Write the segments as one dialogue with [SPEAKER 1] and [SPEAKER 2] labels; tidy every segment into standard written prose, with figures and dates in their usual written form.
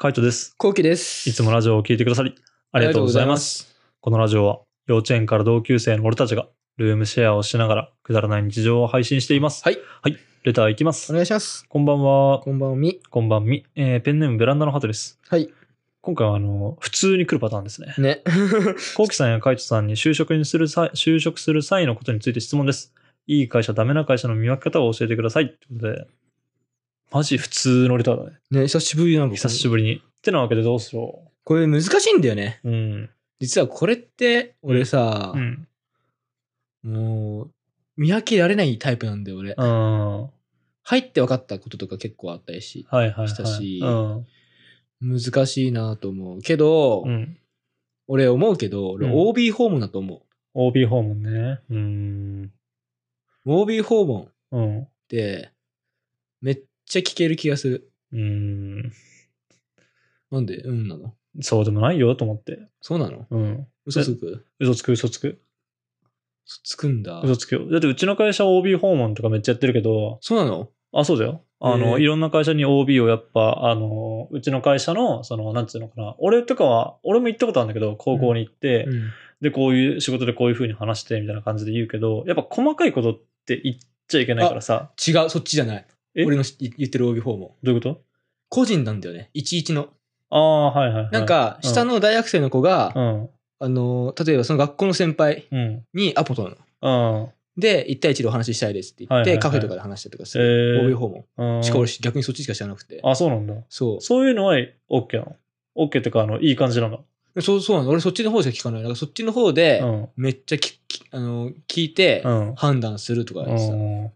[SPEAKER 1] カイトです。
[SPEAKER 2] コウキです。
[SPEAKER 1] いつもラジオを聞いてくださりありがとうございます。このラジオは幼稚園から同級生の俺たちがルームシェアをしながらくだらない日常を配信しています。
[SPEAKER 2] はい。
[SPEAKER 1] はい。レターいきます。
[SPEAKER 2] お願いします。
[SPEAKER 1] こんばんは。
[SPEAKER 2] こんばんみ。
[SPEAKER 1] こんばんみ。ペンネームベランダのハトです。
[SPEAKER 2] はい。
[SPEAKER 1] 今回は普通に来るパターンですね。
[SPEAKER 2] ね。
[SPEAKER 1] コウキさんやカイトさんに就職する際のことについて質問です。いい会社、ダメな会社の見分け方を教えてください。ということで、マジ普通のレターだね。
[SPEAKER 2] ね、久しぶりなんか。
[SPEAKER 1] 久しぶりに。ってなわけでどうしよう。
[SPEAKER 2] これ難しいんだよね。
[SPEAKER 1] うん。
[SPEAKER 2] 実はこれって俺さ、もう見分けられないタイプなんだよ俺。入って分かったこととか結構あったりしたし、難しいなと思うけど、俺思うけど、俺 OB 訪問だと思う。
[SPEAKER 1] OB 訪問ね。
[SPEAKER 2] OB 訪問ってめっちゃ聞ける気がする。なんでなの？
[SPEAKER 1] そうでもないよと思って。
[SPEAKER 2] そうなの？嘘つく？
[SPEAKER 1] 嘘つく。嘘
[SPEAKER 2] つくんだ。
[SPEAKER 1] 嘘つくよ。だってうちの会社 OB 訪問とかめっちゃやってるけど。
[SPEAKER 2] そうなの？
[SPEAKER 1] あ、そうだよ。いろんな会社に OB をやっぱ、うちの会社の、なんていうのかな。俺も行ったことあるんだけど、高校に行って、で、こういう仕事でこういう風に話して、みたいな感じで言うけど、やっぱ細かいことって言っちゃいけないからさ。
[SPEAKER 2] 違う、そっちじゃない。俺の言ってる OB 訪問。
[SPEAKER 1] どういうこと？
[SPEAKER 2] 個人なんだよね。11の。
[SPEAKER 1] はい。
[SPEAKER 2] なんか、下の大学生の子が、例えばその学校の先輩にアポ取るの。で、1対1でお話ししたいですって言って、カフェとかで話したりとかする。OB 訪問。しかも俺逆にそっちしか知らなくて。
[SPEAKER 1] あ、そうなんだ。そういうのは OK なの？ OK ってか、いい感じなんだ。
[SPEAKER 2] そうなの。俺そっちの方しか聞かない。だからそっちの方で、めっちゃ聞いて、判断するとかさ。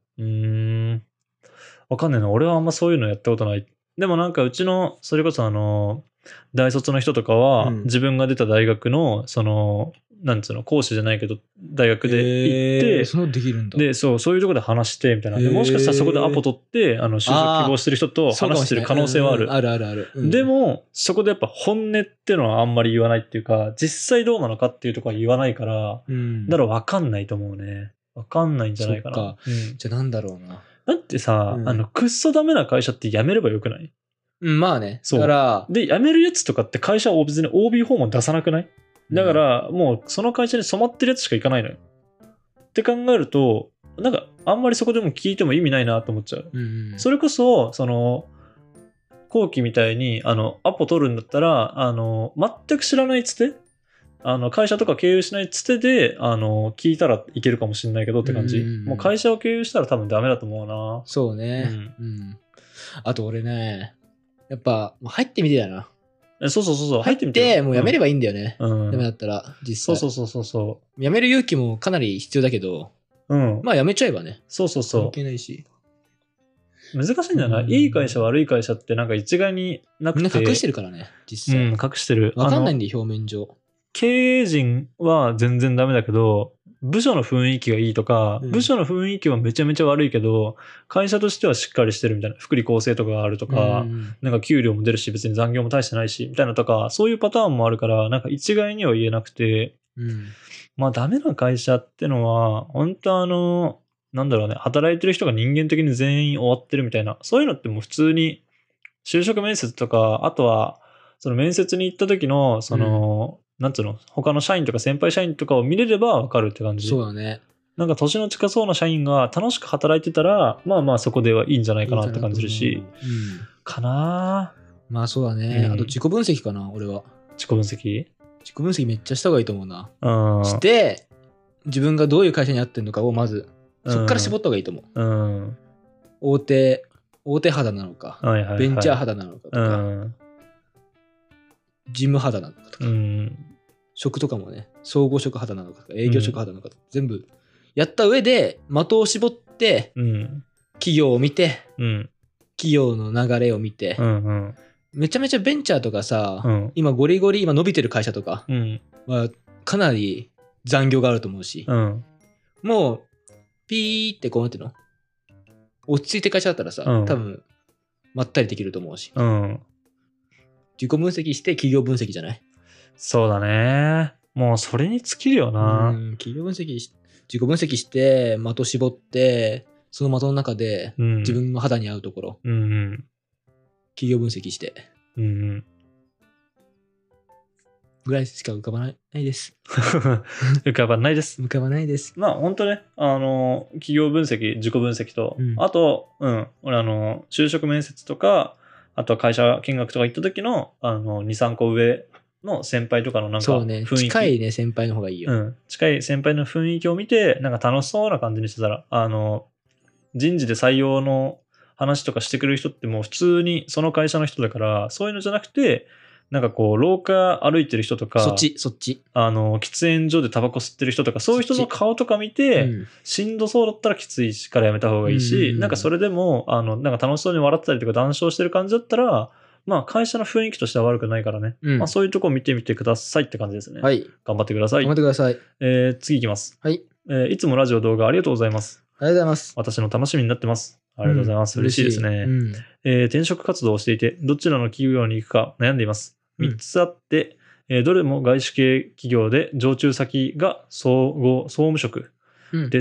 [SPEAKER 1] わかんないな。俺はあんまそういうのやったことない。でもなんかうちの、それこそ大卒の人とかは、自分が出た大学の、なんつうの、講師じゃないけど、大学で行って、
[SPEAKER 2] そうできるんだ。
[SPEAKER 1] で、そういうところで話して、みたいな。でもしかしたらそこでアポ取って、就職希望してる人と話してる可能性はある。
[SPEAKER 2] ある。
[SPEAKER 1] でも、そこでやっぱ本音っていうのはあんまり言わないっていうか、実際どうなのかっていうところは言わないから、だから分かんないと思うね。分かんないんじゃないかな。
[SPEAKER 2] じゃあなんだろうな。
[SPEAKER 1] だってさ、くっそダメな会社って辞めればよくない？
[SPEAKER 2] まあね。
[SPEAKER 1] そう。だから、で、辞めるやつとかって会社は別に OB 訪問出さなくない？だから、もうその会社に染まってるやつしか行かないのよ。って考えると、なんかあんまりそこでも聞いても意味ないなと思っちゃう。それこそ、後期みたいに、アポ取るんだったら、全く知らないつて、会社とか経由しないつてで、聞いたらいけるかもしれないけどって感じ。もう会社を経由したら多分ダメだと思うな。
[SPEAKER 2] そうね。あと俺ね、やっぱ、もう入ってみてだな。
[SPEAKER 1] そう。
[SPEAKER 2] 入ってみて、もう辞めればいいんだよね。ダメだったら、実際。
[SPEAKER 1] そう。
[SPEAKER 2] 辞める勇気もかなり必要だけど、まあ辞めちゃえばね。
[SPEAKER 1] そう。
[SPEAKER 2] 関係ないし。
[SPEAKER 1] 難しいんじゃない？いい会社悪い会社ってなんか一概になくて。
[SPEAKER 2] みんな隠してるからね、実際。
[SPEAKER 1] 隠してる。
[SPEAKER 2] わかんないんで、表面上。
[SPEAKER 1] 経営陣は全然ダメだけど、部署の雰囲気がいいとか、部署の雰囲気はめちゃめちゃ悪いけど、会社としてはしっかりしてるみたいな、福利厚生とかがあるとか、なんか給料も出るし、別に残業も大してないし、みたいなとか、そういうパターンもあるから、なんか一概には言えなくて、まあダメな会社ってのは、本当なんだろうね、働いてる人が人間的に全員終わってるみたいな、そういうのってもう普通に、就職面接とか、あとは、その面接に行った時の、なんつうの、他の社員とか先輩社員とかを見れればわかるって感じ。
[SPEAKER 2] そうだね。
[SPEAKER 1] なんか年の近そうな社員が楽しく働いてたら、まあまあそこではいいんじゃないかなって感じるし。かなぁ。
[SPEAKER 2] まあそうだね。あと自己分析かな、俺は。
[SPEAKER 1] 自己分析
[SPEAKER 2] めっちゃした方がいいと思うな。して、自分がどういう会社に合ってるのかをまず、そっから絞った方がいいと思う。大手肌なのか、ベンチャー肌なのかとか、事務肌なのかとか、職とかもね、総合職肌なのかとか、営業職肌なのかとか、全部やった上で的を絞って、企業を見て、企業の流れを見て、めちゃめちゃベンチャーとかさ、今ゴリゴリ今伸びてる会社とかはかなり残業があると思うし、もうピーってこうなんていうの、落ち着いて会社だったらさ、多分まったりできると思うし、自己分析して企業分析じゃない？
[SPEAKER 1] そうだね。もうそれに尽きるよな。
[SPEAKER 2] 自己分析して的絞って、その的の中で自分の肌に合うところ、企業分析して、 ぐらいしか浮かばないです。
[SPEAKER 1] 浮かばないです。
[SPEAKER 2] 浮かばないです。
[SPEAKER 1] まあ本当ね、企業分析、自己分析と、あと、俺就職面接とか、あとは会社見学とか行った時の、2、3個上の先輩とかのなんか
[SPEAKER 2] そうね、
[SPEAKER 1] 雰囲気。
[SPEAKER 2] 近いね、先輩の方がいいよ。
[SPEAKER 1] 近い先輩の雰囲気を見て、なんか楽しそうな感じにしてたら、人事で採用の話とかしてくれる人ってもう普通にその会社の人だから、そういうのじゃなくて、なんかこう、廊下歩いてる人とか、
[SPEAKER 2] そっち。
[SPEAKER 1] 喫煙所でタバコ吸ってる人とか、そういう人の顔とか見て、しんどそうだったらきついからやめた方がいいし、なんかそれでも、なんか楽しそうに笑ってたりとか談笑してる感じだったら、まあ会社の雰囲気としては悪くないからね。まあそういうとこを見てみてくださいって感じですね。
[SPEAKER 2] はい。
[SPEAKER 1] 頑張ってください。
[SPEAKER 2] 頑張ってください。
[SPEAKER 1] 次いきます。
[SPEAKER 2] はい。
[SPEAKER 1] いつもラジオ動画ありがとうございます。
[SPEAKER 2] ありがとうございます。
[SPEAKER 1] 私の楽しみになってます。ありがとうございます。嬉しいですね。転職活動をしていて、どちらの企業に行くか悩んでいます。3つあって、どれも外資系企業で常駐先が総務職です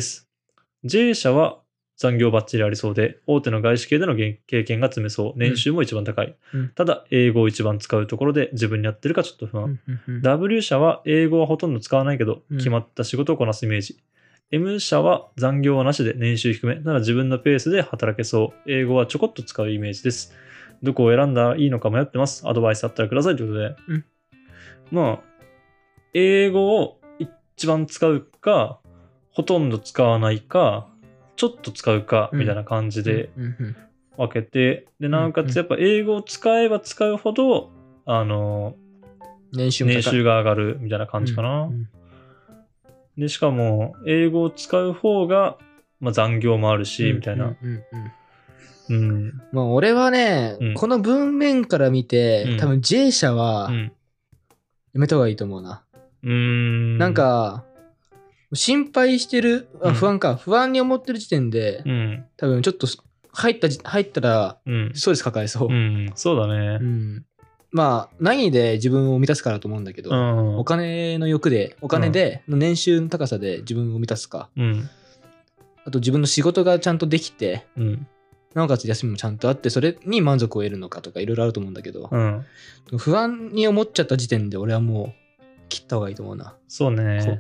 [SPEAKER 1] 。J 社は残業バッチリありそうで、大手の外資系での経験が積めそう。年収も一番高い。ただ、英語を一番使うところで自分に合ってるかちょっと不安。W 社は英語はほとんど使わないけど、決まった仕事をこなすイメージ。M 社は残業はなしで年収低め。なら自分のペースで働けそう。英語はちょこっと使うイメージです。どこを選んだらいいのか迷ってます。アドバイスあったらくださいということで。まあ、英語を一番使うか、ほとんど使わないか、ちょっと使うか、みたいな感じで分けて、で、なおかつやっぱ英語を使えば使うほど、年収が上がるみたいな感じかな。で、しかも、英語を使う方が、まあ、残業もあるし、みたいな。
[SPEAKER 2] まあ、俺はね、この文面から見て、多分 J 社は、やめた方がいいと思うな。なんか、心配してる、不安に思ってる時点で、多分ちょっと入ったら、ストレス抱えそう。
[SPEAKER 1] そうだね。
[SPEAKER 2] まあ、何で自分を満たすかだと思うんだけど、お金の欲で、お金で、年収の高さで自分を満たすか、あと自分の仕事がちゃんとできて、なおかつ休みもちゃんとあって、それに満足を得るのかとかいろいろあると思うんだけど、不安に思っちゃった時点で俺はもう切った方がいいと思うな。
[SPEAKER 1] そうね。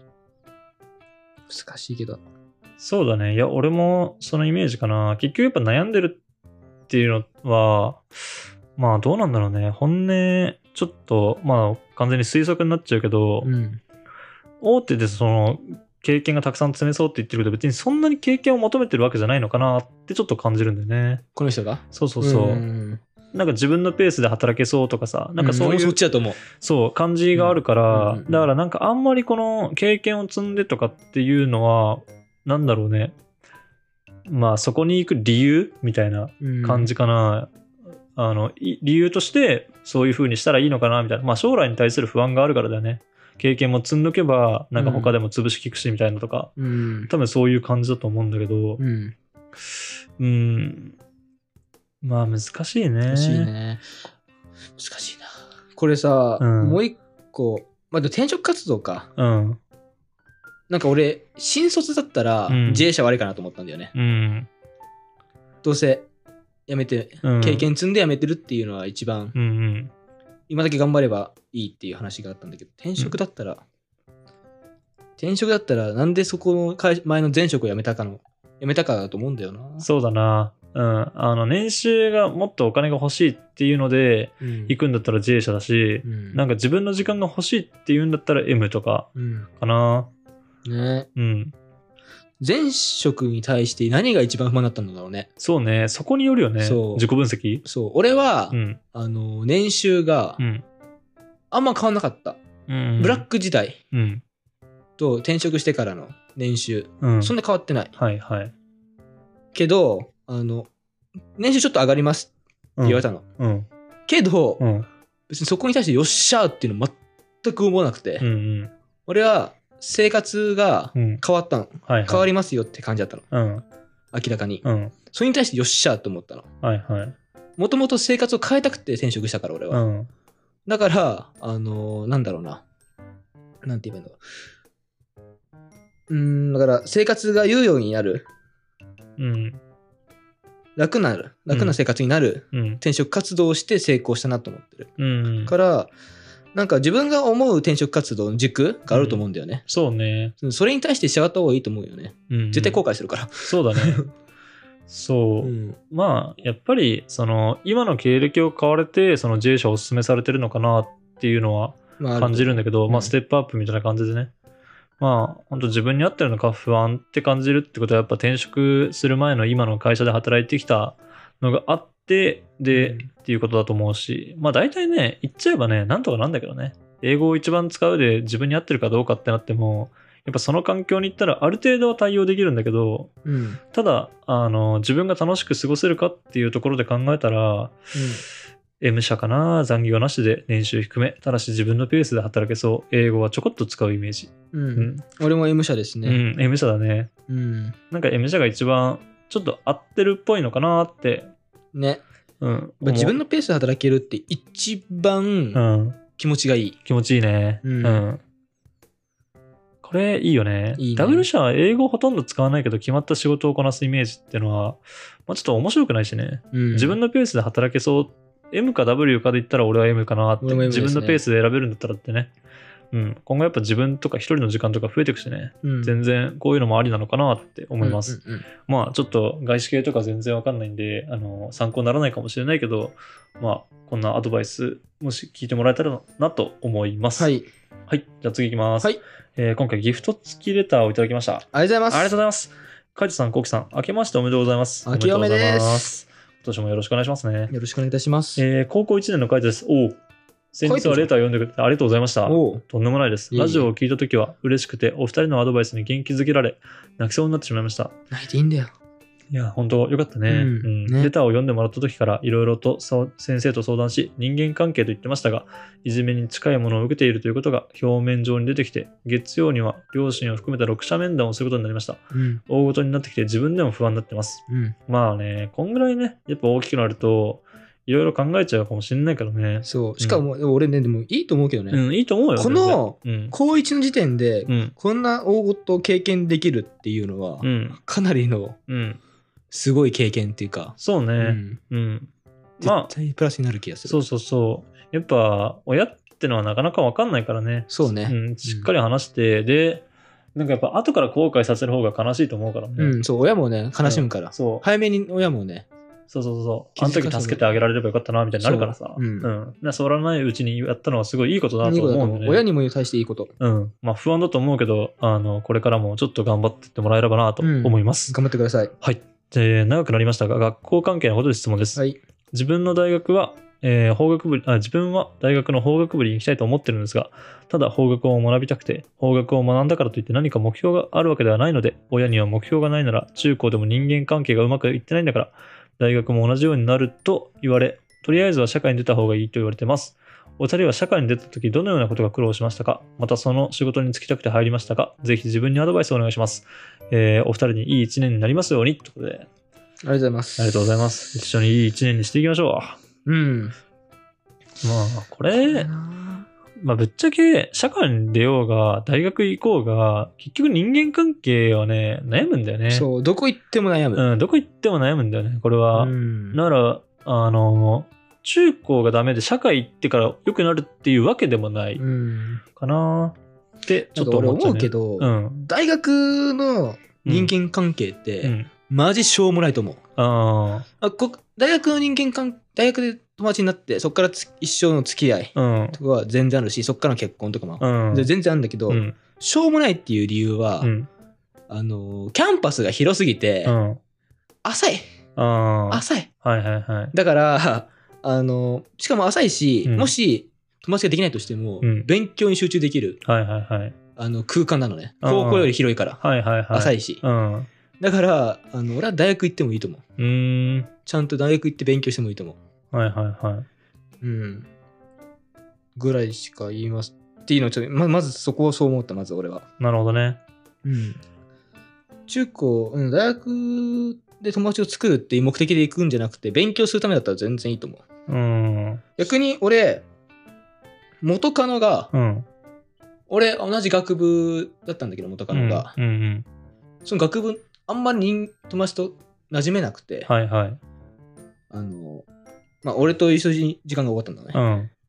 [SPEAKER 2] 難しいけど。
[SPEAKER 1] そうだね。いや、俺もそのイメージかな。結局やっぱ悩んでるっていうのは、まあどうなんだろうね。本音、ちょっと、まあ完全に推測になっちゃうけど、大手でその経験がたくさん積めそうって言ってるけど、別にそんなに経験を求めてるわけじゃないのかなってちょっと感じるんだよね。
[SPEAKER 2] この人が？
[SPEAKER 1] そう。なんか自分のペースで働けそうとかさ、なんかそういう、
[SPEAKER 2] そっちだと思う。
[SPEAKER 1] そう感じがあるから、だからなんかあんまりこの経験を積んでとかっていうのは、なんだろうね。まあそこに行く理由みたいな感じかな。理由としてそういう風にしたらいいのかなみたいな。まあ将来に対する不安があるからだよね。経験も積んどけば、なんか他でも潰し効くしみたいなとか、多分そういう感じだと思うんだけど、まあ難しいね。
[SPEAKER 2] 難しいな。これさ、もう一個、まあ、転職活動か。なんか俺、新卒だったら J 社悪いかなと思ったんだよね。どうせ辞めて、経験積んで辞めてるっていうのは一番、今だけ頑張ればいいっていう話があったんだけど、転職だったらなんでそこの前の前職を辞めたかだと思うんだよな。
[SPEAKER 1] そうだな。年収がもっとお金が欲しいっていうので行くんだったら J 社だし、なんか自分の時間が欲しいっていうんだったら M とかかな。
[SPEAKER 2] ね。前職に対して何が一番不満だったんだろうね。
[SPEAKER 1] そうね。そこによるよね。自己分析。
[SPEAKER 2] そう。俺は、年収があんま変わんなかった。ブラック時代と転職してからの年収、そんな変わってない。けど、年収ちょっと上がりますって言われたの。けど、別にそこに対してよっしゃーっていうの全く思わなくて、俺は生活が変わったの。変わりますよって感じだったの。明らかに。それに対してよっしゃーと思ったの。もともと生活を変えたくて転職したから俺は。だから、なんだろうな。なんて言えばいいんだろう。だから生活が有用になる。楽な生活になる転職活動をして成功したなと思ってる。から、 なんか自分が思う転職活動の軸があると思うんだよね。
[SPEAKER 1] そうね。
[SPEAKER 2] それに対して従った方がいいと思うよね。絶対後悔するから。
[SPEAKER 1] そうだね。そう。まあ、やっぱり、今の経歴を買われて、J 社をお勧めされてるのかなっていうのは感じるんだけど、ステップアップみたいな感じでね。本当自分に合ってるのか不安って感じるってことは、やっぱ転職する前の今の会社で働いてきたのがあって、っていうことだと思うし、大体ね、言っちゃえばね、なんとかなんだけどね。英語を一番使うで自分に合ってるかどうかってなっても、やっぱその環境に行ったらある程度は対応できるんだけど、ただ、自分が楽しく過ごせるかっていうところで考えたら、M 社かな、残業なしで年収低め、ただし自分のペースで働けそう、英語はちょこっと使うイメージ。
[SPEAKER 2] 俺も M 社ですね。
[SPEAKER 1] M 社だね。なんか M 社が一番ちょっと合ってるっぽいのかなって。
[SPEAKER 2] ね。自分のペースで働けるって一番気持ちがいい。
[SPEAKER 1] 気持ちいいね。これいいよね。W 社は英語ほとんど使わないけど決まった仕事をこなすイメージっていうのは、ちょっと面白くないしね。自分のペースで働けそう。M か W かで言ったら俺は M かなって。自分のペースで選べるんだったらってね。今後やっぱ自分とか一人の時間とか増えていくしね、全然こういうのもありなのかなって思います。ちょっと外資系とか全然わかんないんで、参考にならないかもしれないけど、こんなアドバイス、もし聞いてもらえたらなと思います。はい。はい。じゃあ次行きます。はい。今回ギフト付きレターをいただきました。
[SPEAKER 2] ありがとうございます。
[SPEAKER 1] ありがとうございます。カイトさん、コウキさん、明けましておめでとうございます。
[SPEAKER 2] 明けおめです。
[SPEAKER 1] 今年もよろしくお願いしますね。
[SPEAKER 2] よろしくお願いいたします。
[SPEAKER 1] 高校1年のカイトです。先日はレター読んでくれてありがとうございました。とんでもないです。ラジオを聞いたときは嬉しくて、お二人のアドバイスに元気づけられ、泣きそうになってしまいました。
[SPEAKER 2] 泣いていいんだよ。
[SPEAKER 1] いや、本当よかったね。レターを読んでもらったときからいろいろと先生と相談し、人間関係と言ってましたが、いじめに近いものを受けているということが表面上に出てきて、月曜には両親を含めた6者面談をすることになりました。大ごとになってきて自分でも不安になってます。こんぐらいね、やっぱ大きくなると、いろいろ考えちゃうかもしれないからね。
[SPEAKER 2] そう。しかも、俺ね、でもいいと思うけどね。
[SPEAKER 1] いいと思うよ。
[SPEAKER 2] この、高1の時点で、こんな大ごとを経験できるっていうのは、かなりの、すごい経験っていうか。
[SPEAKER 1] そうね。
[SPEAKER 2] 絶対プラスになる気がする。
[SPEAKER 1] そう。やっぱ、親ってのはなかなか分かんないからね。
[SPEAKER 2] そうね。
[SPEAKER 1] しっかり話して、で、なんかやっぱ後から後悔させる方が悲しいと思うからね。
[SPEAKER 2] そう、親もね、悲しむから。早めに親もね。
[SPEAKER 1] そう。あの時助けてあげられればよかったな、みたいになるからさ。触らないうちにやったのはすごいいいことだと思うんでね。
[SPEAKER 2] 親にも対していいこと。
[SPEAKER 1] 不安だと思うけど、これからもちょっと頑張っていってもらえればなと思います。
[SPEAKER 2] 頑張ってください。
[SPEAKER 1] はい。長くなりましたが、学校関係のことで質問です。はい。自分は大学の法学部に行きたいと思ってるんですが、ただ法学を学びたくて、法学を学んだからといって何か目標があるわけではないので、親には目標がないなら中高でも人間関係がうまくいってないんだから、大学も同じようになると言われ、とりあえずは社会に出た方がいいと言われてます。お二人は社会に出た時どのようなことが苦労しましたか？またその仕事に就きたくて入りましたか？ぜひ自分にアドバイスをお願いします。お二人にいい一年になりますようにということで。
[SPEAKER 2] ありがとうございます。
[SPEAKER 1] ありがとうございます。一緒にいい一年にしていきましょう。これ、ぶっちゃけ社会に出ようが大学行こうが結局人間関係はね悩むんだよね。
[SPEAKER 2] そう、どこ行っても悩む。
[SPEAKER 1] どこ行っても悩むんだよねこれは。だから中高がダメで社会行ってから良くなるっていうわけでもないかなってちょっと思っちゃう、ね。
[SPEAKER 2] 俺思うけど、大学の人間関係って、マジしょうもないと思う。大学の大学で友達になってそこから一生の付き合いとかは全然あるし、そこからの結婚とかも全然あるんだけど、しょうもないっていう理由は、キャンパスが広すぎて、浅い。だからしかも浅いし、もし友達ができないとしても、勉強に集中できる、空間なのね。高校より広いから、浅いし。だから俺は大学行ってもいいと思う。ちゃんと大学行って勉強してもいいと思う。ぐらいしか言いますっていうのをちょっとまずそこをそう思った。まず俺は。
[SPEAKER 1] なるほどね。
[SPEAKER 2] 中高、大学で友達を作るっていう目的で行くんじゃなくて、勉強するためだったら全然いいと思う。逆に俺元カノが、俺同じ学部だったんだけど、元カノが、その学部あんまり友達と馴染めなくて、俺と一緒に時間が終わったんだね。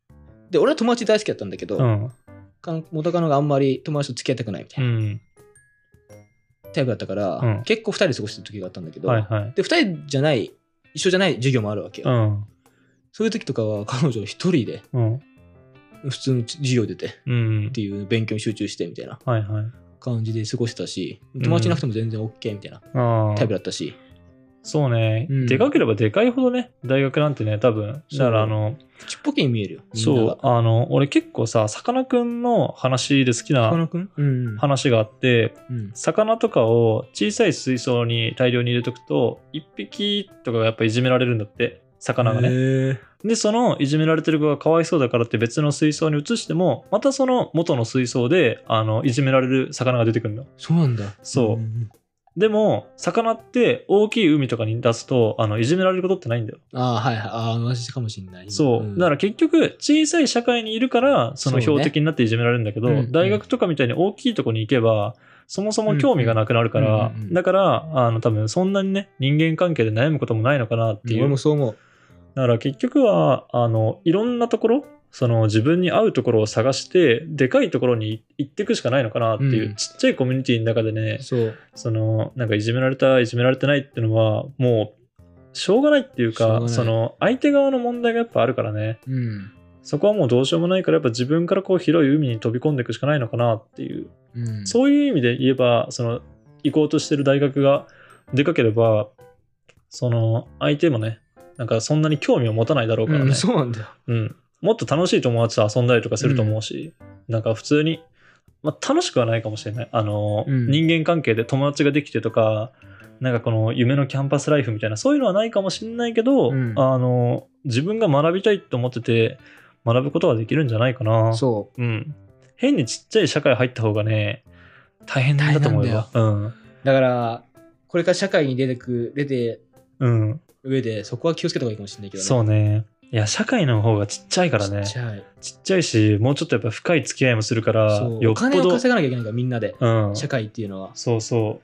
[SPEAKER 2] で、俺は友達大好きだったんだけど、元カノがあんまり友達と付き合いたくないみたいな、タイプだったから、結構2人で過ごしてる時があったんだけど、で、2人じゃない、一緒じゃない授業もあるわけよ。そういう時とかは彼女一人で、普通の授業出て、っていう勉強に集中してみたいな感じで過ごしてたし、友達いなくても全然 OK みたいなタイプだったし。
[SPEAKER 1] そうね、でかければでかいほどね、大学なんてね、多分、だから
[SPEAKER 2] ちっぽけに見えるよ。
[SPEAKER 1] そう、俺結構さ、さかなクンの話で好きな話があって、魚とかを小さい水槽に大量に入れとくと、1匹とかがやっぱいじめられるんだって、魚がね。で、そのいじめられてる子がかわいそうだからって別の水槽に移しても、またその元の水槽で、いじめられる魚が出てくるの。
[SPEAKER 2] そうなんだ。
[SPEAKER 1] そう。でも、魚って大きい海とかに出すと、いじめられることってないんだよ。
[SPEAKER 2] はいはい。同じかもしれない。
[SPEAKER 1] そう。だから結局、小さい社会にいるから、その標的になっていじめられるんだけど、大学とかみたいに大きいところに行けば、そもそも興味がなくなるから、だから、多分そんなにね、人間関係で悩むこともないのかなっていう。
[SPEAKER 2] 俺もそう思う。
[SPEAKER 1] だから結局は、いろんなところ、その自分に合うところを探して、でかいところに行っていくしかないのかなっていう、ちっちゃいコミュニティの中でね、その、なんかいじめられた、いじめられてないっていうのは、もう、しょうがないっていうか、その、相手側の問題がやっぱあるからね。そこはもうどうしようもないから、やっぱ自分からこう広い海に飛び込んでいくしかないのかなっていう。そういう意味で言えば、その、行こうとしてる大学がでかければ、その、相手もね、なんかそんなに興味を持たないだろうからね。
[SPEAKER 2] そうなんだよ。
[SPEAKER 1] もっと楽しい友達と遊んだりとかすると思うし、なんか普通に、楽しくはないかもしれない。人間関係で友達ができてとか、なんかこの夢のキャンパスライフみたいな、そういうのはないかもしれないけど、自分が学びたいと思ってて、学ぶことはできるんじゃないかな。
[SPEAKER 2] そう。
[SPEAKER 1] 変にちっちゃい社会入った方がね、大変だと思うよ。
[SPEAKER 2] だから、これから社会に出て、上で、そこは気をつけた方がいいかもしれないけどね。
[SPEAKER 1] そうね。いや、社会の方がちっちゃいからね。ちっちゃいし、もうちょっとやっぱ深い付き合いもするから、
[SPEAKER 2] お金を稼がなきゃいけないから、みんなで。社会っていうのは。
[SPEAKER 1] そうそう。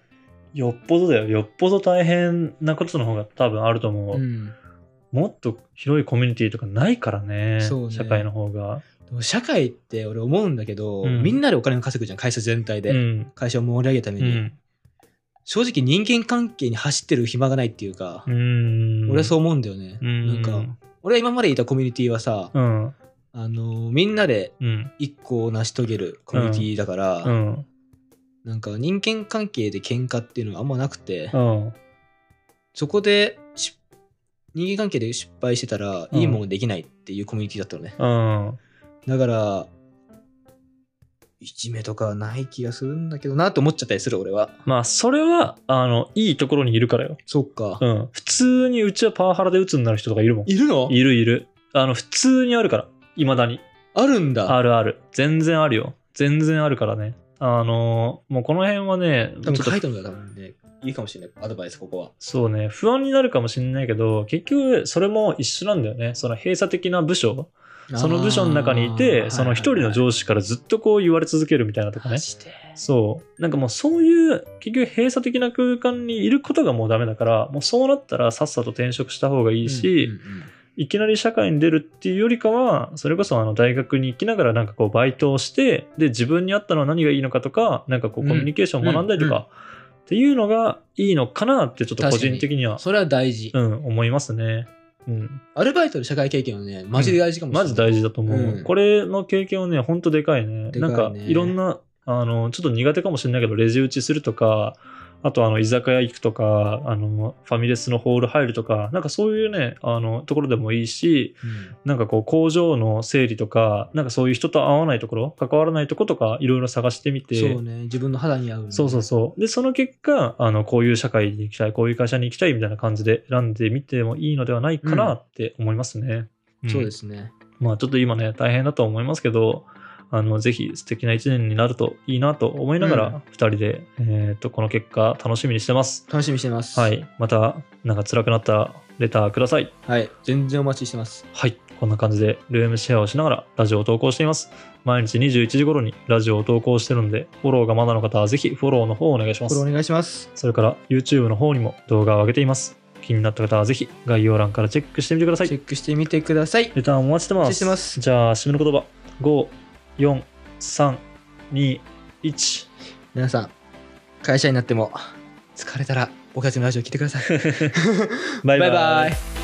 [SPEAKER 1] よっぽどだよ。よっぽど大変なことの方が多分あると思う。もっと広いコミュニティとかないからね。社会の方が。
[SPEAKER 2] 社会って俺思うんだけど、みんなでお金を稼ぐじゃん、会社全体で。会社を盛り上げるために。正直人間関係に走ってる暇がないっていうか、俺はそう思うんだよね。なんか、俺は今までいたコミュニティはさ、みんなで一個を成し遂げるコミュニティだから、なんか人間関係で喧嘩っていうのがあんまなくて、そこで人間関係で失敗してたらいいものできないっていうコミュニティだったのね。だから、いじめとかはない気がするんだけどなって思っちゃったりする、俺は。
[SPEAKER 1] まあ、それは、いいところにいるからよ。
[SPEAKER 2] そっか。
[SPEAKER 1] 普通にうちはパワハラで鬱になる人とかいるもん。
[SPEAKER 2] いるの？
[SPEAKER 1] いる。普通にあるから。未だに。
[SPEAKER 2] あるんだ。
[SPEAKER 1] ある。全然あるよ。全然あるからね。もうこの辺はね、
[SPEAKER 2] 多分書いてるんだ多分ね。いいかもしれない。アドバイス、ここは。
[SPEAKER 1] そうね。不安になるかもしれないけど、結局、それも一緒なんだよね。その閉鎖的な部署。その部署の中にいて、その一人の上司からずっとこう言われ続けるみたいなとかね。そう。なんかもうそういう、結局閉鎖的な空間にいることがもうダメだから、もうそうなったらさっさと転職した方がいいし、いきなり社会に出るっていうよりかは、それこそ大学に行きながらなんかこうバイトをして、で、自分に合ったのは何がいいのかとか、なんかこうコミュニケーションを学んだりとか、っていうのがいいのかなってちょっと個人的には。
[SPEAKER 2] それは大事。
[SPEAKER 1] 思いますね。
[SPEAKER 2] アルバイトで社会経験はね、マジで大事かもしれない。
[SPEAKER 1] マジ大事だと思う。これの経験はね、ほんとでかいね。なんか、いろんな、ちょっと苦手かもしれないけど、レジ打ちするとか、あと居酒屋行くとか、ファミレスのホール入るとか、なんかそういうね、ところでもいいし、なんかこう工場の整理とか、なんかそういう人と会わないところ、関わらないところとか、いろいろ探してみて。
[SPEAKER 2] そうね、自分の肌に合う、ね。
[SPEAKER 1] そう。で、その結果、こういう社会に行きたい、こういう会社に行きたいみたいな感じで選んでみてもいいのではないかなって思いますね。
[SPEAKER 2] そうですね。
[SPEAKER 1] まあちょっと今ね、大変だと思いますけど、ぜひ素敵な一年になるといいなと思いながら、2人で、この結果楽しみにしてます。
[SPEAKER 2] 楽しみにしてます。
[SPEAKER 1] はい。また、なんか辛くなったらレターください。
[SPEAKER 2] はい。全然お待ちしてます。
[SPEAKER 1] はい。こんな感じでルームシェアをしながらラジオを投稿しています。毎日21時頃にラジオを投稿してるので、フォローがまだの方はぜひフォローの方をお願いします。
[SPEAKER 2] フォローお願いします。
[SPEAKER 1] それから YouTube の方にも動画を上げています。 気になった方はぜひ概要欄からチェックしてみてください。
[SPEAKER 2] チェックしてみてください。
[SPEAKER 1] レターお待ちしてます。
[SPEAKER 2] お待ちしてます。
[SPEAKER 1] じゃあ締めの言葉、5、4、3、2、1。
[SPEAKER 2] 皆さん、会社になっても疲れたら僕たちのラジオ聞いてください。
[SPEAKER 1] バイバイ。
[SPEAKER 2] バイバイ。